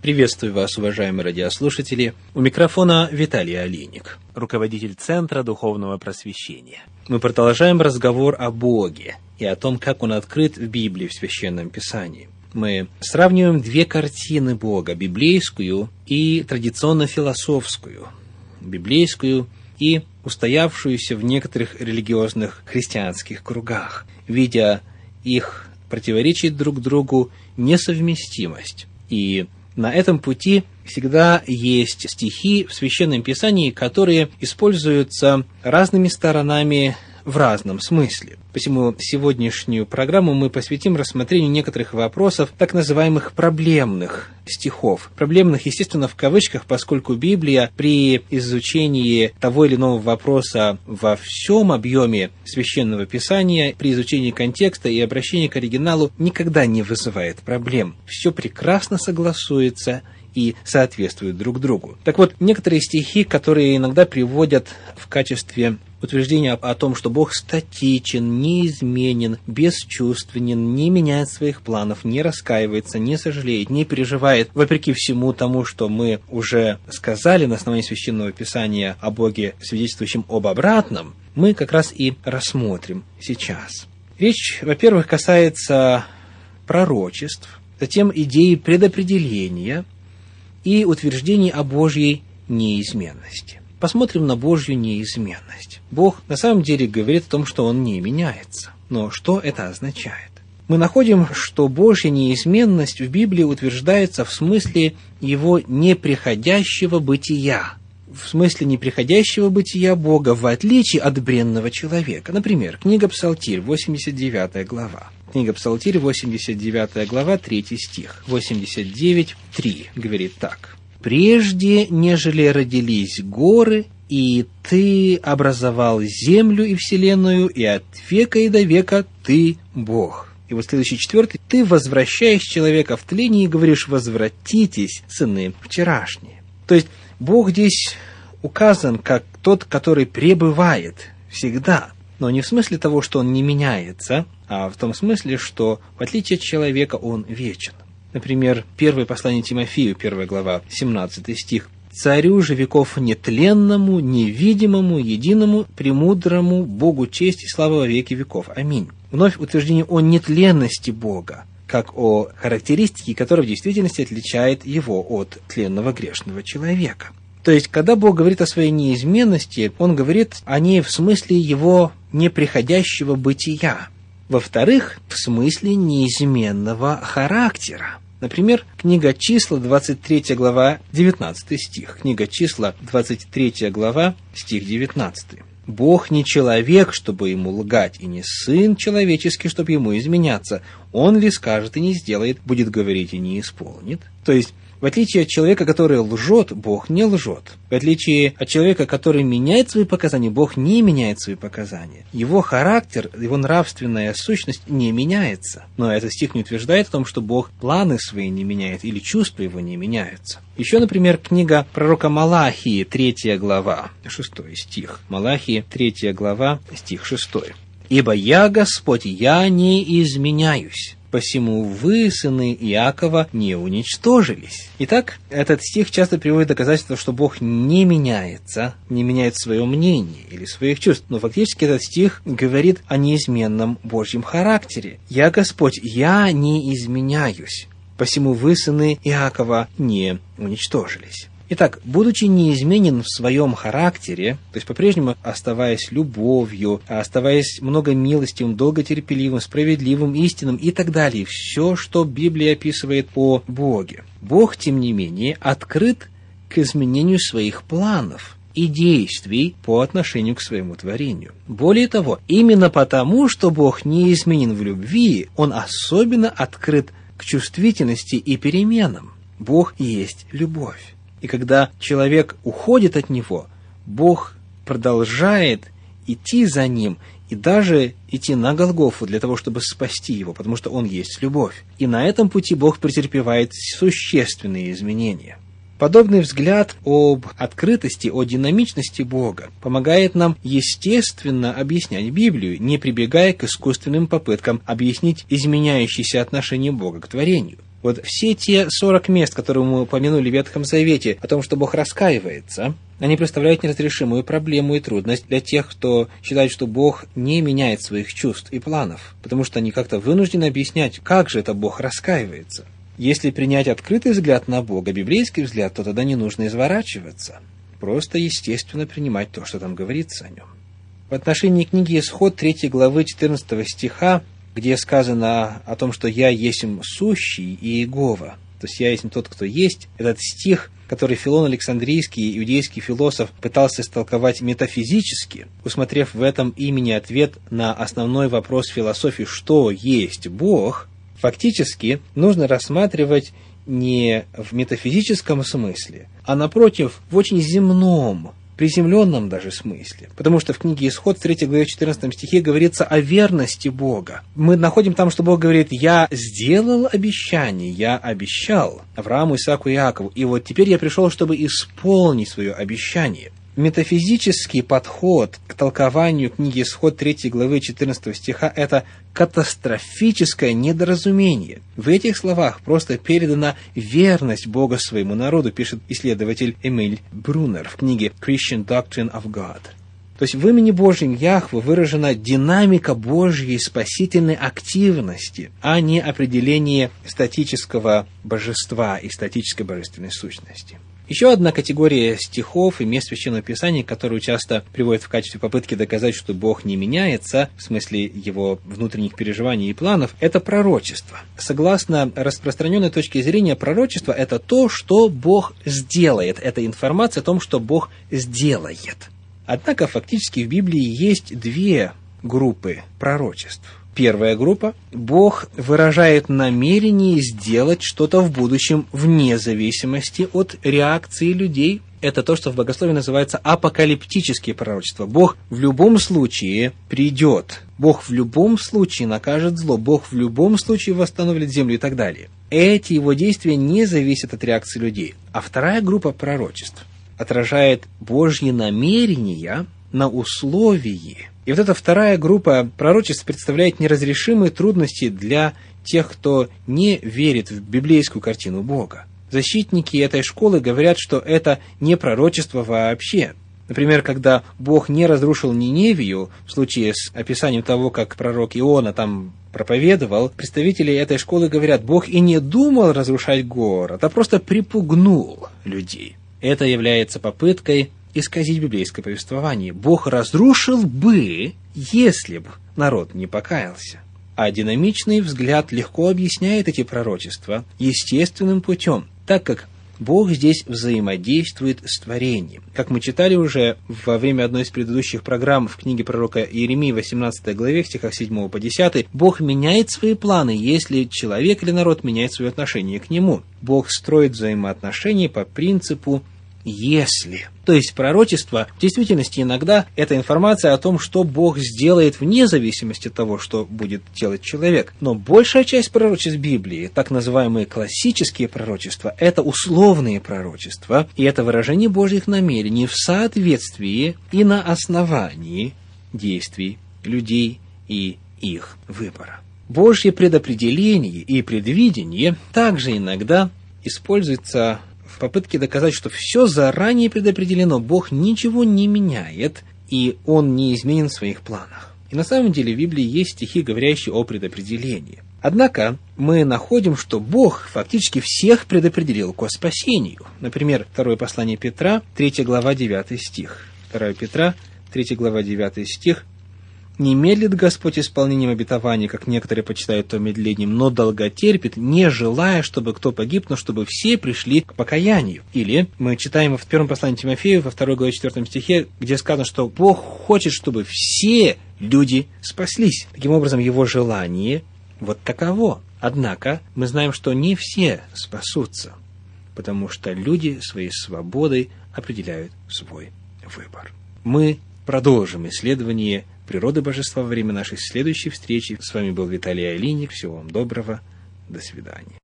Приветствую вас, уважаемые радиослушатели. У микрофона Виталий Олейник, руководитель Центра Духовного Просвещения. Мы продолжаем разговор о Боге и о том, как Он открыт в Библии, в Священном Писании. Мы сравниваем две картины Бога, библейскую и традиционно-философскую, библейскую и устоявшуюся в некоторых религиозных христианских кругах, видя их противоречие друг другу, несовместимость. И на этом пути всегда есть стихи в Священном Писании, которые используются разными сторонами в разном смысле. Посему сегодняшнюю программу мы посвятим рассмотрению некоторых вопросов так называемых проблемных стихов. Проблемных, естественно, в кавычках, поскольку Библия при изучении того или иного вопроса во всем объеме Священного Писания, при изучении контекста и обращении к оригиналу никогда не вызывает проблем. Все прекрасно согласуется и соответствуют друг другу. Так вот, некоторые стихи, которые иногда приводят в качестве утверждения о том, что Бог статичен, неизменен, бесчувственен, не меняет своих планов, не раскаивается, не сожалеет, не переживает, вопреки всему тому, что мы уже сказали на основании Священного Писания о Боге, свидетельствующем об обратном, мы как раз и рассмотрим сейчас. Речь, во-первых, касается пророчеств, затем идеи предопределения и утверждений о Божьей неизменности. Посмотрим на Божью неизменность. Бог на самом деле говорит о том, что Он не меняется. Но что это означает? Мы находим, что Божья неизменность в Библии утверждается в смысле Его неприходящего бытия. В смысле неприходящего бытия Бога, в отличие от бренного человека. Например, книга Псалтирь, 89 глава. Книга Псалтирь, 89 глава, 3 стих. 89:3 говорит так. «Прежде, нежели родились горы, и Ты образовал землю и вселенную, и от века и до века Ты Бог». И вот следующий 4. «Ты возвращаешь человека в тление и говоришь: возвратитесь, сыны вчерашние». То есть Бог здесь указан как тот, который пребывает всегда, но не в смысле того, что Он не меняется, а в том смысле, что в отличие от человека Он вечен. Например, первое послание Тимофею, 1 глава, 17 стих. «Царю же веков нетленному, невидимому, единому, премудрому, Богу честь и слава во веки веков. Аминь». Вновь утверждение о нетленности Бога, как о характеристике, которая в действительности отличает Его от тленного грешного человека. То есть, когда Бог говорит о своей неизменности, Он говорит о ней в смысле Его неприходящего бытия. Во-вторых, в смысле неизменного характера. Например, книга Числа, 23 глава, 19 стих. Книга Числа, 23 глава, стих 19. «Бог не человек, чтобы ему лгать, и не сын человеческий, чтобы ему изменяться. Он ли скажет и не сделает, будет говорить и не исполнит». То есть, в отличие от человека, который лжет, Бог не лжет. В отличие от человека, который меняет свои показания, Бог не меняет свои показания. Его характер, его нравственная сущность не меняется. Но этот стих не утверждает о том, что Бог планы свои не меняет или чувства его не меняются. Еще, например, книга пророка Малахии, 3 глава, 6 стих. Малахии, 3 глава, стих 6. «Ибо я, Господь, я не изменяюсь. Посему вы, сыны Иакова, не уничтожились». Итак, этот стих часто приводит доказательство, что Бог не меняется, не меняет свое мнение или своих чувств. Но фактически этот стих говорит о неизменном Божьем характере. «Я, Господь, я не изменяюсь. Посему вы, сыны Иакова, не уничтожились». Итак, будучи неизменен в своем характере, то есть по-прежнему оставаясь любовью, оставаясь многомилостивым, долготерпеливым, справедливым, истинным и так далее, все, что Библия описывает о Боге, Бог, тем не менее, открыт к изменению своих планов и действий по отношению к своему творению. Более того, именно потому, что Бог неизменен в любви, Он особенно открыт к чувствительности и переменам. Бог есть любовь. И когда человек уходит от Него, Бог продолжает идти за ним и даже идти на Голгофу для того, чтобы спасти его, потому что Он есть любовь. И на этом пути Бог претерпевает существенные изменения. Подобный взгляд об открытости, о динамичности Бога помогает нам естественно объяснять Библию, не прибегая к искусственным попыткам объяснить изменяющиеся отношения Бога к творению. Вот все те 40 мест, которые мы упомянули в Ветхом Завете, о том, что Бог раскаивается, они представляют неразрешимую проблему и трудность для тех, кто считает, что Бог не меняет своих чувств и планов, потому что они как-то вынуждены объяснять, как же это Бог раскаивается. Если принять открытый взгляд на Бога, библейский взгляд, то тогда не нужно изворачиваться. Просто естественно принимать то, что там говорится о нем. В отношении книги Исход 3 главы 14 стиха, где сказано о том, что «Я есмь сущий и Иегова», то есть «Я есмь тот, кто есть», этот стих, который Филон Александрийский, иудейский философ, пытался истолковать метафизически, усмотрев в этом имени ответ на основной вопрос философии «Что есть Бог?», фактически нужно рассматривать не в метафизическом смысле, а напротив, в очень земном, приземленном даже смысле. Потому что в книге Исход, в 3 главе 14 стихе говорится о верности Бога. Мы находим там, что Бог говорит: «Я сделал обещание, я обещал Аврааму, Исааку и Иакову, и вот теперь я пришел, чтобы исполнить свое обещание». Метафизический подход к толкованию книги Исход 3 главы 14 стиха – это катастрофическое недоразумение. В этих словах просто передана верность Бога своему народу, пишет исследователь Эмиль Брунер в книге «Christian Doctrine of God». То есть в имени Божьем Яхве выражена динамика Божьей спасительной активности, а не определение статического божества и статической божественной сущности. Еще одна категория стихов и мест Священного Писания, которую часто приводят в качестве попытки доказать, что Бог не меняется, в смысле его внутренних переживаний и планов, это пророчество. Согласно распространенной точке зрения, пророчество – это то, что Бог сделает. Это информация о том, что Бог сделает. Однако фактически в Библии есть две группы пророчеств. Первая группа – Бог выражает намерение сделать что-то в будущем вне зависимости от реакции людей. Это то, что в богословии называется апокалиптические пророчества. Бог в любом случае придет. Бог в любом случае накажет зло. Бог в любом случае восстановит землю и так далее. Эти его действия не зависят от реакции людей. А вторая группа пророчеств отражает Божьи намерения на условии. И вот эта вторая группа пророчеств представляет неразрешимые трудности для тех, кто не верит в библейскую картину Бога. Защитники этой школы говорят, что это не пророчество вообще. Например, когда Бог не разрушил Ниневию, в случае с описанием того, как пророк Иона там проповедовал, представители этой школы говорят: Бог и не думал разрушать город, а просто припугнул людей. Это является попыткой исказить библейское повествование. Бог разрушил бы, если бы народ не покаялся. А динамичный взгляд легко объясняет эти пророчества естественным путем, так как Бог здесь взаимодействует с творением. Как мы читали уже во время одной из предыдущих программ в книге пророка Иеремии, 18 главе, в стихах 7 по 10, Бог меняет свои планы, если человек или народ меняет свое отношение к нему. Бог строит взаимоотношения по принципу «если». То есть пророчество в действительности иногда это информация о том, что Бог сделает вне зависимости от того, что будет делать человек. Но большая часть пророчеств Библии, так называемые классические пророчества, это условные пророчества, и это выражение Божьих намерений в соответствии и на основании действий людей и их выбора. Божье предопределение и предвидение также иногда используется в попытке доказать, что все заранее предопределено, Бог ничего не меняет, и Он не изменен в своих планах. И на самом деле в Библии есть стихи, говорящие о предопределении. Однако мы находим, что Бог фактически всех предопределил ко спасению. Например, 2 послание Петра, 3 глава, 9 стих. 2 Петра, 3 глава, 9 стих. «Не медлит Господь исполнением обетований, как некоторые почитают то медлением, но долготерпит, не желая, чтобы кто погиб, но чтобы все пришли к покаянию». Или мы читаем в первом послании Тимофею, во 2 главе 4 стихе, где сказано, что Бог хочет, чтобы все люди спаслись. Таким образом, Его желание вот таково. Однако мы знаем, что не все спасутся, потому что люди своей свободой определяют свой выбор. Мы продолжим исследование природы божества во время нашей следующей встречи. С вами был Виталий Алиник. Всего вам доброго. До свидания.